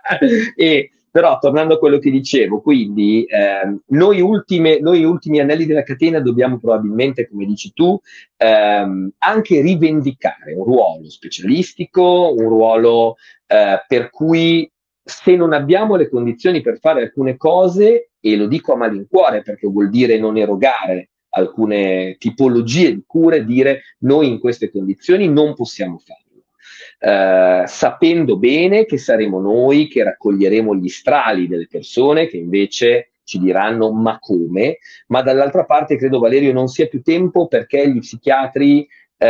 e, però tornando a quello che dicevo, quindi ehm, noi, ultime, noi ultimi anelli della catena dobbiamo probabilmente, come dici tu, ehm, anche rivendicare un ruolo specialistico, un ruolo eh, per cui se non abbiamo le condizioni per fare alcune cose, e lo dico a malincuore perché vuol dire non erogare alcune tipologie di cure, dire noi in queste condizioni non possiamo farlo. eh, sapendo bene che saremo noi che raccoglieremo gli strali delle persone che invece ci diranno ma come, ma dall'altra parte credo, Valerio, non sia più tempo perché gli psichiatri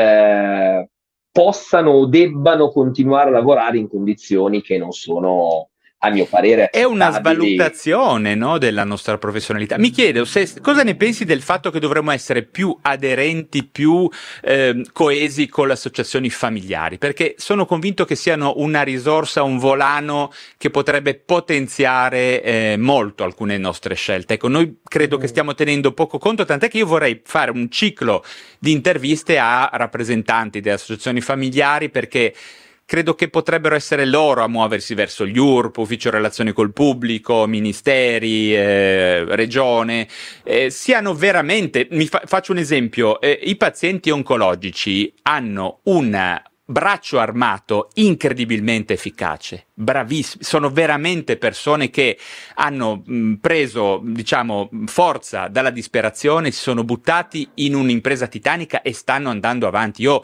eh, possano o debbano continuare a lavorare in condizioni che non sono, a mio parere, è una accettabili. svalutazione, no, della nostra professionalità. Mi chiedo se, cosa ne pensi del fatto che dovremmo essere più aderenti, più eh, coesi con le associazioni familiari, perché sono convinto che siano una risorsa, un volano che potrebbe potenziare eh, molto alcune nostre scelte. Ecco, noi credo che stiamo tenendo poco conto, tant'è che io vorrei fare un ciclo di interviste a rappresentanti delle associazioni familiari, perché credo che potrebbero essere loro a muoversi verso gli U R P, Ufficio Relazioni col Pubblico, Ministeri, eh, Regione, eh, siano veramente, mi fa, faccio un esempio, eh, i pazienti oncologici hanno un braccio armato incredibilmente efficace, bravissimi, sono veramente persone che hanno mh, preso, diciamo, forza dalla disperazione, si sono buttati in un'impresa titanica e stanno andando avanti. Io,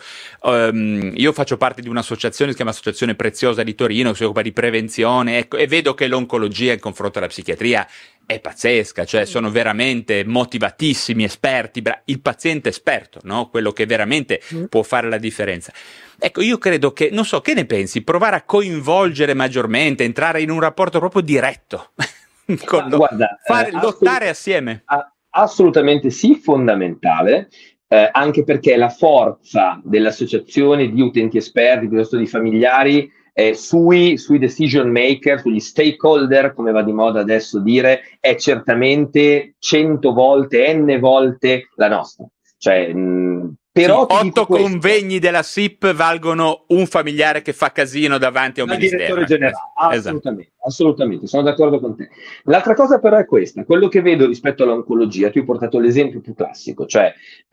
um, io faccio parte di un'associazione che si chiama Associazione Preziosa di Torino, che si occupa di prevenzione, ecco, e vedo che l'oncologia in confronto alla psichiatria è pazzesca, cioè sono veramente motivatissimi, esperti, bra- il paziente esperto, no? Quello che veramente mm. può fare la differenza. Ecco, io credo che, non so, che ne pensi? Provare a coinvolgere maggiormente, entrare in un rapporto proprio diretto, con lo, Guarda, fare, eh, lottare assieme. Assolutamente sì, fondamentale, eh, anche perché la forza dell'associazione di utenti esperti, piuttosto di familiari, eh, sui, sui decision maker, sugli stakeholder, come va di moda adesso dire, è certamente cento volte, n volte la nostra. Cioè, mh, però sì, otto convegni della S I P valgono un familiare che fa casino davanti a un ministero. Direttore generale, assolutamente, esatto. assolutamente, sono d'accordo con te. L'altra cosa però è questa, quello che vedo rispetto all'oncologia, tu hai portato l'esempio più classico, cioè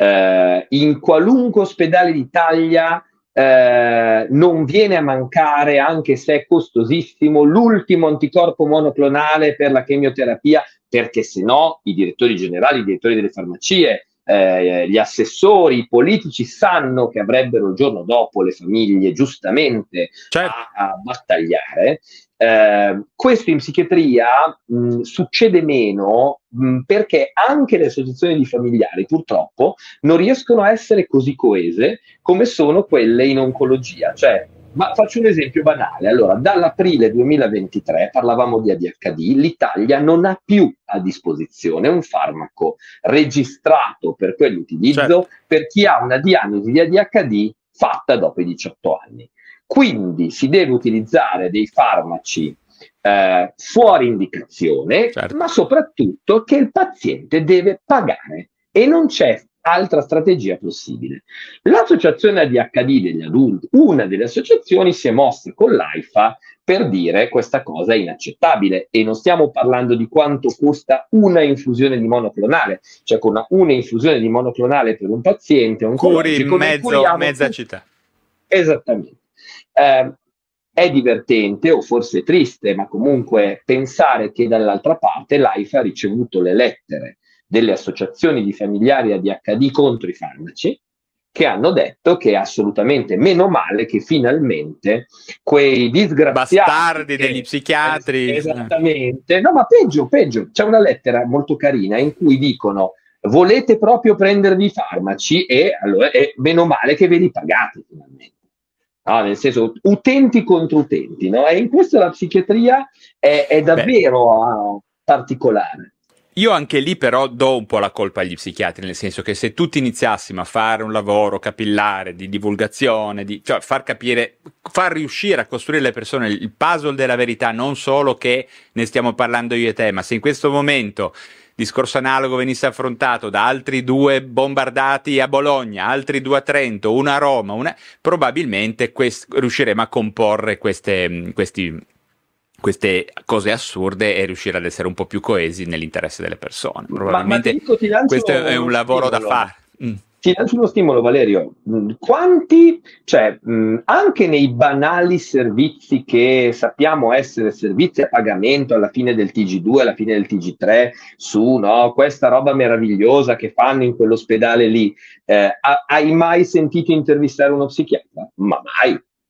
eh, in qualunque ospedale d'Italia eh, non viene a mancare, anche se è costosissimo, l'ultimo anticorpo monoclonale per la chemioterapia, perché se no i direttori generali, i direttori delle farmacie, Eh, gli assessori, i politici sanno che avrebbero il giorno dopo le famiglie giustamente certo. a, a battagliare. Eh, questo in psichiatria mh, succede meno mh, perché anche le associazioni di familiari purtroppo non riescono a essere così coese come sono quelle in oncologia. Cioè, ma faccio un esempio banale. Allora, dall'aprile duemilaventitré, parlavamo di A D H D, l'Italia non ha più a disposizione un farmaco registrato per quell'utilizzo certo. per chi ha una diagnosi di A D H D fatta dopo i diciotto anni. Quindi si deve utilizzare dei farmaci eh, fuori indicazione, certo. ma soprattutto che il paziente deve pagare e non c'è altra strategia possibile. L'associazione A D H D degli adulti, una delle associazioni, si è mossa con l'AIFA per dire questa cosa è inaccettabile, e non stiamo parlando di quanto costa una infusione di monoclonale, cioè con una, una infusione di monoclonale per un paziente oncologico curi mezzo, mezza tutti. città. Esattamente. Eh, è divertente o forse triste, ma comunque pensare che dall'altra parte l'AIFA ha ricevuto le lettere delle associazioni di familiari A D H D contro i farmaci, che hanno detto che è assolutamente meno male che finalmente quei disgraziati bastardi che, degli psichiatri, esattamente, no, ma peggio, peggio, c'è una lettera molto carina in cui dicono: volete proprio prendervi i farmaci, e allora è meno male che ve li pagate finalmente. No, nel senso, utenti contro utenti, no? E in questo la psichiatria è, è davvero uh, particolare. Io anche lì però do un po' la colpa agli psichiatri, nel senso che se tutti iniziassimo a fare un lavoro capillare di divulgazione, di, cioè far capire, far riuscire a costruire le persone il puzzle della verità, non solo che ne stiamo parlando io e te, ma se in questo momento discorso analogo venisse affrontato da altri due bombardati a Bologna, altri due a Trento, una a Roma, una, probabilmente quest, riusciremo a comporre queste, questi queste cose assurde e riuscire ad essere un po' più coesi nell'interesse delle persone. Probabilmente ma, ma dico, lancio, questo è un lavoro stimolo. da fare. Mm. Ti lancio uno stimolo, Valerio. Quanti, cioè, mh, anche nei banali servizi che sappiamo essere servizi a pagamento alla fine del T G due, alla fine del T G tre, su no, questa roba meravigliosa che fanno in quell'ospedale lì, eh, hai mai sentito intervistare uno psichiatra? Ma mai.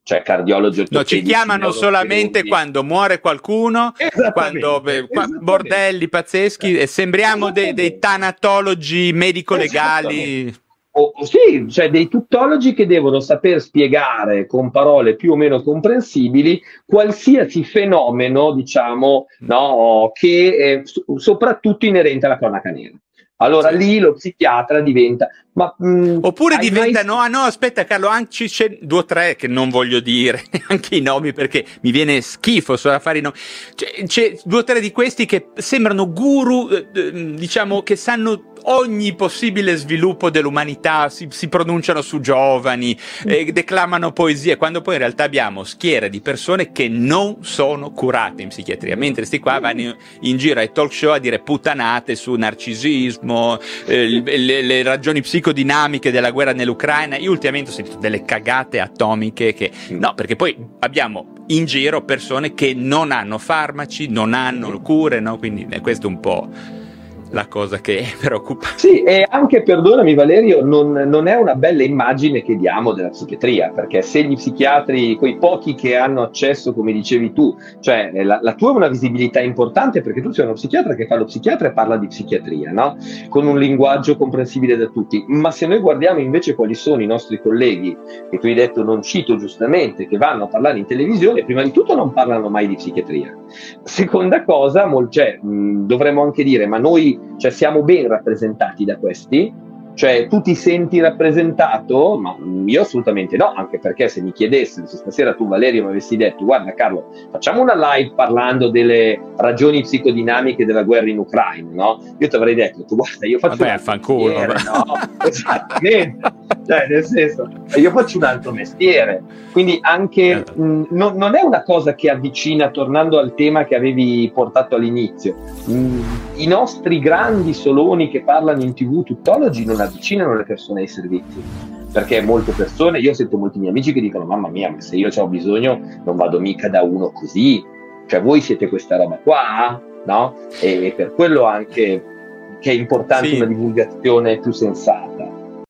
cioè cardiologi, no, ci chiamano solamente quando muore qualcuno, quando beh, bordelli pazzeschi, e sembriamo dei, dei tanatologi medico-legali. O, o sì, cioè dei tuttologi che devono saper spiegare con parole più o meno comprensibili qualsiasi fenomeno, diciamo, no, che è soprattutto inerente alla cronaca nera. Allora sì. Lì lo psichiatra diventa... Ma, mh, oppure diventa, mai... no, ah, no, aspetta Carlo, anche c'è due o tre che non voglio dire, anche i nomi perché mi viene schifo solo a fare i nomi. C'è, c'è due o tre di questi che sembrano guru, eh, diciamo, che sanno ogni possibile sviluppo dell'umanità, si, si pronunciano su giovani, eh, declamano poesie, quando poi in realtà abbiamo schiere di persone che non sono curate in psichiatria, mentre sti qua vanno in giro ai talk show a dire puttanate su narcisismo, eh, le, le ragioni psicodinamiche della guerra nell'Ucraina. Io ultimamente ho sentito delle cagate atomiche che, no, perché poi abbiamo in giro persone che non hanno farmaci, non hanno cure, no? Quindi eh, questo è un po' la cosa che preoccupa. Sì, e anche, perdonami Valerio, non, non è una bella immagine che diamo della psichiatria, perché se gli psichiatri, quei pochi che hanno accesso, come dicevi tu, cioè la, la tua è una visibilità importante perché tu sei uno psichiatra che fa lo psichiatra e parla di psichiatria, no? Con un linguaggio comprensibile da tutti, ma se noi guardiamo invece quali sono i nostri colleghi, che tu hai detto, non cito giustamente, che vanno a parlare in televisione, prima di tutto non parlano mai di psichiatria. Seconda cosa, cioè, mh, dovremmo anche dire, ma noi cioè siamo ben rappresentati da questi? Cioè tu ti senti rappresentato? Ma io assolutamente no, anche perché se mi chiedessero, se stasera tu Valerio mi avessi detto guarda Carlo, facciamo una live parlando delle ragioni psicodinamiche della guerra in Ucraina, no? Io ti avrei detto, guarda, io faccio vabbè, fanculo, mestiere, no? Esattamente, cioè nel senso, io faccio un altro mestiere, quindi anche mh, no, non è una cosa che avvicina, tornando al tema che avevi portato all'inizio, mh, i nostri grandi soloni che parlano in tv tuttologi non avvicinano le persone ai servizi, perché molte persone, io sento molti miei amici che dicono mamma mia, ma se io ho bisogno non vado mica da uno così, cioè voi siete questa roba qua, no? E per quello anche che è importante sì. Una divulgazione più sensata.